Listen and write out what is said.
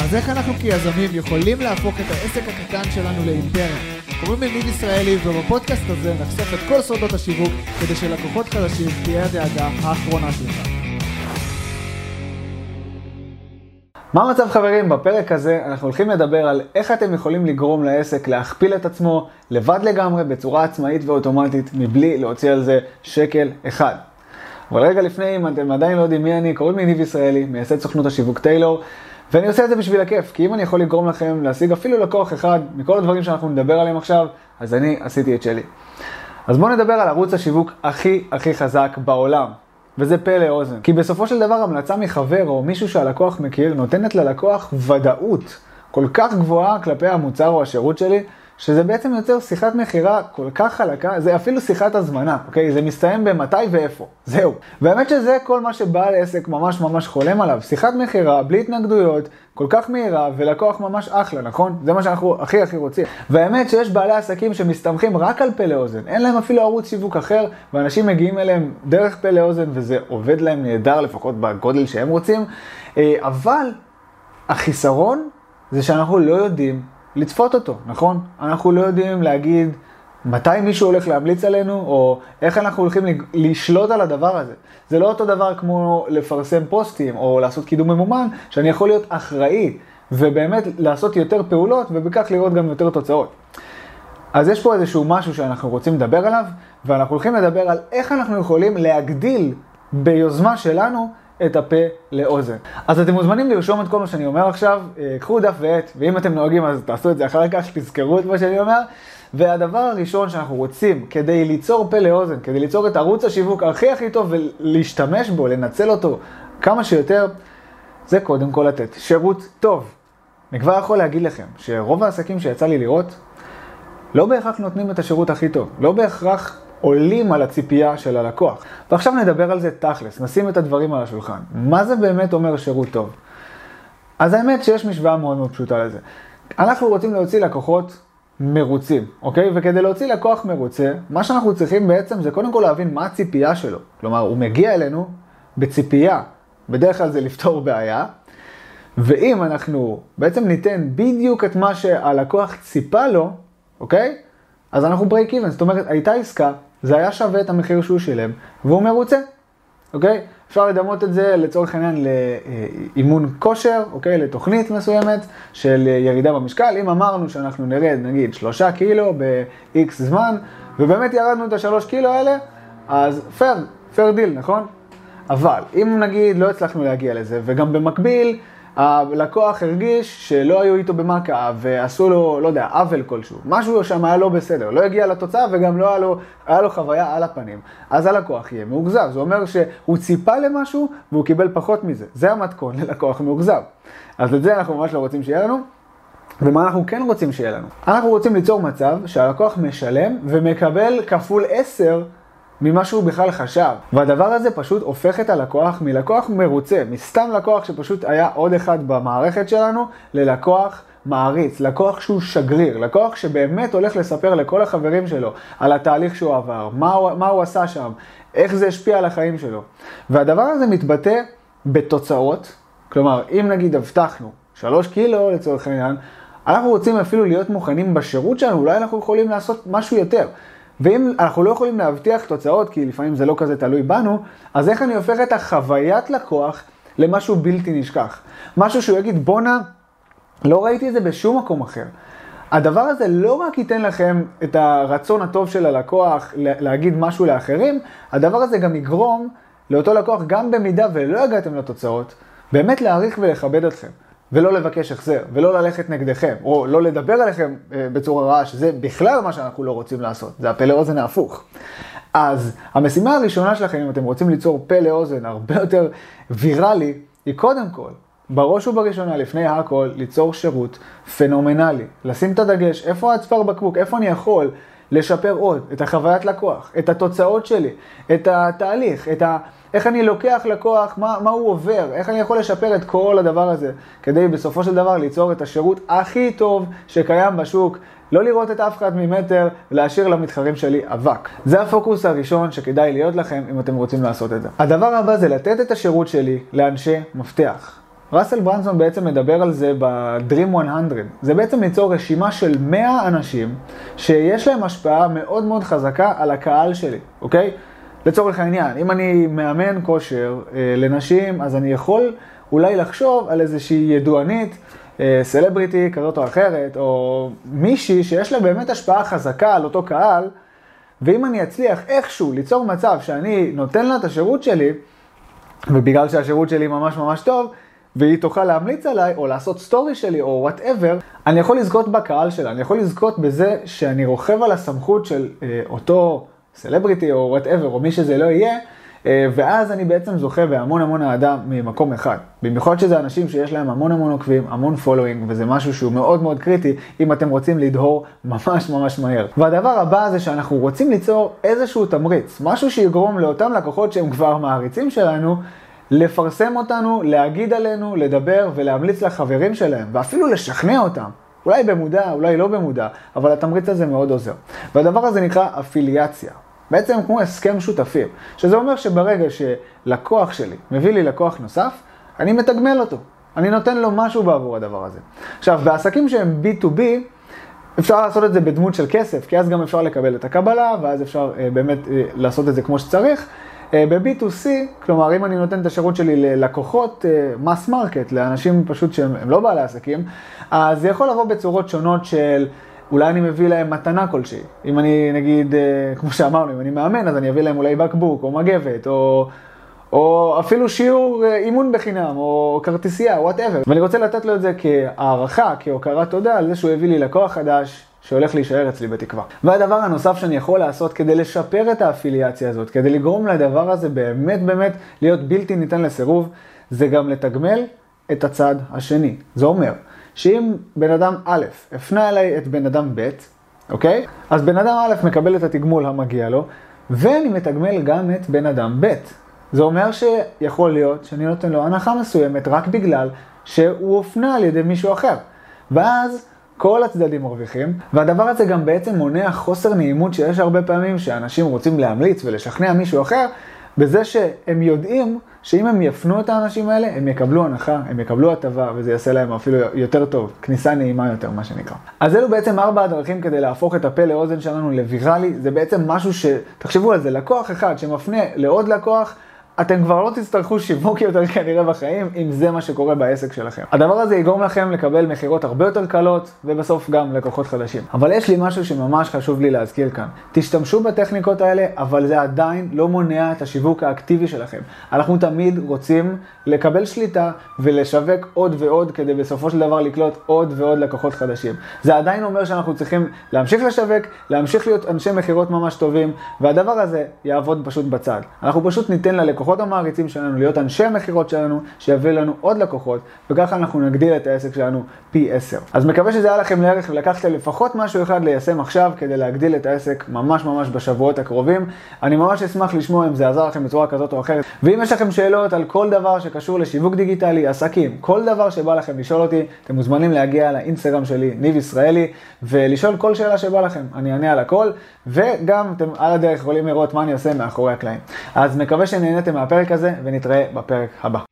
אז איך אנחנו כיזמים יכולים להפוך את העסק הקטן שלנו לאימפריה? קוראים לי ניב ישראלי, ובפודקאסט הזה נחשוף את כל סודות השיווק כדי שלקוחות חדשים תהיה הדאגה האחרונה שלך. מה המצב חברים? בפרק הזה אנחנו הולכים לדבר על איך אתם יכולים לגרום לעסק להכפיל את עצמו לבד לגמרי בצורה עצמאית ואוטומטית מבלי להוציא על זה שקל אחד. אבל רגע לפני, אם אתם עדיין לא יודעים מי אני, קוראים לי ניב ישראלי, מייסד סוכנות השיווק טיילור, ואני עושה את זה בשביל הכיף, כי אם אני יכול לגרום לכם להשיג אפילו לקוח אחד מכל הדברים שאנחנו נדבר עליהם עכשיו, אז אני עשיתי את שלי. אז בואו נדבר על ערוץ השיווק הכי חזק בעולם, וזה פה לאוזן. כי בסופו של דבר המלצה מחבר או מישהו שהלקוח מכיר נותנת ללקוח ודאות כל כך גבוהה כלפי המוצר או השירות שלי, שזה בעצם יוצר שיחת מחירה כל כך חלקה, זה אפילו שיחת הזמנה, אוקיי? זה מסתיים במתי ואיפה, זהו. והאמת שזה כל מה שבעל עסק ממש חולם עליו, שיחת מחירה, בלי התנגדויות, כל כך מהירה, ולקוח ממש אחלה, נכון? זה מה שאנחנו הכי רוצים. והאמת שיש בעלי עסקים שמסתמכים רק על פה לאוזן, אין להם אפילו ערוץ שיווק אחר, ואנשים מגיעים אליהם דרך פה לאוזן, וזה עובד להם נהדר, לפחות בגודל שהם רוצים, אבל החיסרון זה שאנחנו לא יודעים לצפות אותו, נכון? אנחנו לא יודעים להגיד מתי מישהו הולך להמליץ עלינו, או איך אנחנו הולכים לשלוט על הדבר הזה. זה לא אותו דבר כמו לפרסם פוסטים, או לעשות קידום ממומן, שאני יכול להיות אחראי, ובאמת לעשות יותר פעולות, ובכך לראות גם יותר תוצאות. אז יש פה איזשהו משהו שאנחנו רוצים לדבר עליו, ואנחנו הולכים לדבר על איך אנחנו יכולים להגדיל ביוזמה שלנו, את הפה לאוזן. אז אתם מוזמנים לרשום את כל מה שאני אומר עכשיו, קחו דף ועט, ואם אתם נוהגים אז תעשו את זה אחר כך, תזכרו את מה שאני אומר. והדבר הראשון שאנחנו רוצים כדי ליצור פה לאוזן, כדי ליצור את ערוץ השיווק הכי טוב ולהשתמש בו, לנצל אותו כמה שיותר, זה קודם כל לתת שירות טוב. אני כבר יכול להגיד לכם שרוב העסקים שיצא לי לראות, לא בהכרח נותנים את השירות הכי טוב, לא בהכרח עולים על הציפייה של הלקוח. ועכשיו נדבר על זה תכלס, נשים את הדברים על השולחן. מה זה באמת אומר שירות טוב? אז האמת שיש משוואה מאוד פשוטה לזה. אנחנו רוצים להוציא לקוחות מרוצים, אוקיי? וכדי להוציא לקוח מרוצה, מה שאנחנו צריכים בעצם זה קודם כל להבין מה הציפייה שלו. כלומר, הוא מגיע אלינו בציפייה, בדרך כלל זה לפתור בעיה, ואם אנחנו בעצם ניתן בדיוק את מה שהלקוח ציפה לו, אוקיי? אז אנחנו break even, זאת אומרת, הייתה עסקה, זה היה שווה את המחיר שהוא שילם, והוא מרוצה, אוקיי? אפשר לדמות את זה לצורך העניין לאימון כושר, אוקיי? לתוכנית מסוימת של ירידה במשקל. אם אמרנו שאנחנו נרד, נגיד, 3 קילו ב-X זמן, ובאמת ירדנו את ה3 קילו האלה, אז fair deal, נכון? אבל אם נגיד לא הצלחנו להגיע לזה, וגם במקביל, הלקוח הרגיש שלא היו איתו במכה ועשו לו, לא יודע, עוול כלשהו. משהו שם היה לא בסדר, לא הגיע לתוצאה וגם לא היה לו חוויה על הפנים. אז הלקוח יהיה מאוכזב. זה אומר שהוא ציפה למשהו והוא קיבל פחות מזה. זה המתכון ללקוח מאוכזב. אז את זה אנחנו ממש לא רוצים שיהיה לנו. ומה אנחנו כן רוצים שיהיה לנו? אנחנו רוצים ליצור מצב שהלקוח משלם ומקבל כפול 10 ממה שהוא בכלל חשב. והדבר הזה פשוט הופך את הלקוח מלקוח מרוצה, מסתם לקוח שפשוט היה עוד אחד במערכת שלנו, ללקוח מעריץ, לקוח שהוא שגריר, לקוח שבאמת הולך לספר לכל החברים שלו על התהליך שהוא עבר, מה הוא עשה שם, איך זה השפיע על החיים שלו. והדבר הזה מתבטא בתוצאות, כלומר, אם נגיד הבטחנו 3 קילו לצורך העניין, אנחנו רוצים אפילו להיות מוכנים בשירות שלנו, אולי אנחנו יכולים לעשות משהו יותר. ואם אנחנו לא יכולים להבטיח תוצאות, כי לפעמים זה לא כזה תלוי בנו, אז איך אני הופך את החוויית לקוח למשהו בלתי נשכח? משהו שהוא יגיד, בונה, לא ראיתי את זה בשום מקום אחר. הדבר הזה לא רק ייתן לכם את הרצון הטוב של הלקוח להגיד משהו לאחרים, הדבר הזה גם יגרום לאותו לקוח, גם במידה ולא הגעתם לתוצאות, באמת להעריך ולכבד אתכם. ולא לבקש החזר, ולא ללכת נגדכם, או לא לדבר עליכם בצורה רעה, שזה בכלל מה שאנחנו לא רוצים לעשות. זה הפה לאוזן ההפוך. אז המשימה הראשונה שלכם, אם אתם רוצים ליצור פה לאוזן הרבה יותר ויראלי, היא קודם כל, בראש ובראשונה, לפני הכל, ליצור שירות פנומנלי. לשים את הדגש, איפה הצוואר בקבוק, איפה אני יכול לשפר עוד את החוויית לקוח, את התוצאות שלי, את התהליך, איך אני לוקח לקוח, מה הוא עובר, איך אני יכול לשפר את כל הדבר הזה, כדי בסופו של דבר ליצור את השירות הכי טוב שקיים בשוק, לא לראות את אף אחד ממטר, ולהשאיר למתחרים שלי אבק. זה הפוקוס הראשון שכדאי להיות לכם אם אתם רוצים לעשות את זה. הדבר הבא זה לתת את השירות שלי לאנשי מפתח. ראסל ברנסון בעצם מדבר על זה ב-Dream 100. זה בעצם ליצור רשימה של 100 אנשים שיש להם השפעה מאוד מאוד חזקה על הקהל שלי, אוקיי? לצורך העניין, אם אני מאמן כושר לנשים, אז אני יכול אולי לחשוב על איזושהי ידוענית, סלבריטי כזאת או אחרת, או מישהי שיש לה באמת השפעה חזקה על אותו קהל, ואם אני אצליח איכשהו ליצור מצב שאני נותן לה את השירות שלי, ובגלל שהשירות שלי ממש ממש טוב, והיא תוכל להמליץ עליי, או לעשות סטורי שלי, או whatever, אני יכול לזכות בקהל שלה, אני יכול לזכות בזה שאני רוכב על הסמכות של אותו סלבריטי, או whatever, או מי שזה לא יהיה, ואז אני בעצם זוכה בהמון המון אהדה ממקום אחד. במיוחד שזה אנשים שיש להם המון המון עוקבים, המון פולואינג, וזה משהו שהוא מאוד מאוד קריטי אם אתם רוצים לדהור ממש ממש מהר. והדבר הבא זה שאנחנו רוצים ליצור איזשהו תמריץ, משהו שיגרום לאותם לקוחות שהם כבר מעריצים שלנו, לפרסם אותנו, להגיד עלינו, לדבר ולהמליץ לחברים שלהם, ואפילו לשכנע אותם. אולי במודע, אולי לא במודע, אבל התמריץ הזה מאוד עוזר. והדבר הזה נקרא אפיליאציה. בעצם כמו הסכם שותפים, שזה אומר שברגע שלקוח שלי מביא לי לקוח נוסף, אני מתגמל אותו. אני נותן לו משהו בעבור הדבר הזה. עכשיו, בעסקים שהם B2B, אפשר לעשות את זה בדמות של כסף, כי אז גם אפשר לקבל את הקבלה, ואז אפשר באמת לעשות את זה כמו שצריך. ב-B2C, כלומר, אם אני נותן את השירות שלי ללקוחות מס מרקט, לאנשים פשוט שהם לא בעלי עסקים, אז זה יכול לבוא בצורות שונות של אולי אני מביא להם מתנה כלשהי. אם אני, נגיד, כמו שאמרנו, אם אני מאמן, אז אני אביא להם אולי בקבוק, או מגבת, או אפילו שיעור אימון בחינם, או כרטיסייה, whatever. ואני רוצה לתת לו את זה כהערכה, כהוקרת תודה, על זה שהוא הביא לי לקוח חדש, שהולך להישאר אצלי בתקווה. והדבר הנוסף שאני יכול לעשות כדי לשפר את האפיליאציה הזאת, כדי לגרום לדבר הזה באמת באמת להיות בלתי ניתן לסירוב, זה גם לתגמל את הצד השני. זה אומר שאם בן אדם א' הפנה אליי את בן אדם ב', אוקיי? אז בן אדם א' מקבל את התגמול המגיע לו, ואני מתגמל גם את בן אדם ב'. זה אומר שיכול להיות שאני נותן לו הנחה מסוימת רק בגלל שהוא הופנה על ידי מישהו אחר. ואז כל הצדדים מרוויחים, והדבר הזה גם בעצם מונע חוסר נעימות שיש הרבה פעמים שאנשים רוצים להמליץ ולשכנע מישהו אחר, בזה שהם יודעים שאם הם יפנו את האנשים האלה, הם יקבלו הנחה, הם יקבלו הטבה, וזה יעשה להם אפילו יותר טוב, כניסה נעימה יותר, מה שנקרא. אז אלו בעצם 4 הדרכים כדי להפוך את הפה לאוזן שלנו לוויראלי, זה בעצם משהו תחשבו על זה, לקוח אחד שמפנה לעוד לקוח, אתם כבר לא תצטרכו שיווק יותר כנראה בחיים, אם זה מה שקורה בעסק שלכם. הדבר הזה יגרום לכם לקבל מחירות הרבה יותר קלות, ובסוף גם לקוחות חדשים. אבל יש לי משהו שממש חשוב לי להזכיר כאן. תשתמשו בטכניקות האלה, אבל זה עדיין לא מונע את השיווק האקטיבי שלכם. אנחנו תמיד רוצים לקבל שליטה ולשווק עוד ועוד, כדי בסופו של דבר לקלוט עוד ועוד לקוחות חדשים. זה עדיין אומר שאנחנו צריכים להמשיך לשווק, להמשיך להיות אנשי מחירות ממש טובים, והדבר הזה יעבוד פשוט בצד. אנחנו פשוט ניתן ללקוחות המעריצים שלנו, להיות אנשי המחירות שלנו, שיביא לנו עוד לקוחות, וככה אנחנו נגדיל את העסק שלנו פי 10. אז מקווה שזה היה לכם לערך, ולקחתם לפחות משהו אחד ליישם עכשיו, כדי להגדיל את העסק ממש ממש בשבועות הקרובים. אני ממש אשמח לשמוע אם זה עזר לכם בצורה כזאת או אחרת. ואם יש לכם שאלות על כל דבר שקשור לשיווק דיגיטלי, עסקים, כל דבר שבא לכם לשאול אותי, אתם מוזמנים להגיע לאינסטגרם שלי, ניב ישראלי, ולשאול כל שאלה שבא לכם. אני אענה על הכל, וגם אתם על הדרך יכולים לראות מה אני עושה מאחורי הקלעים. אז מקווה שנהנתם מהפרק הזה, ונתראה בפרק הבא.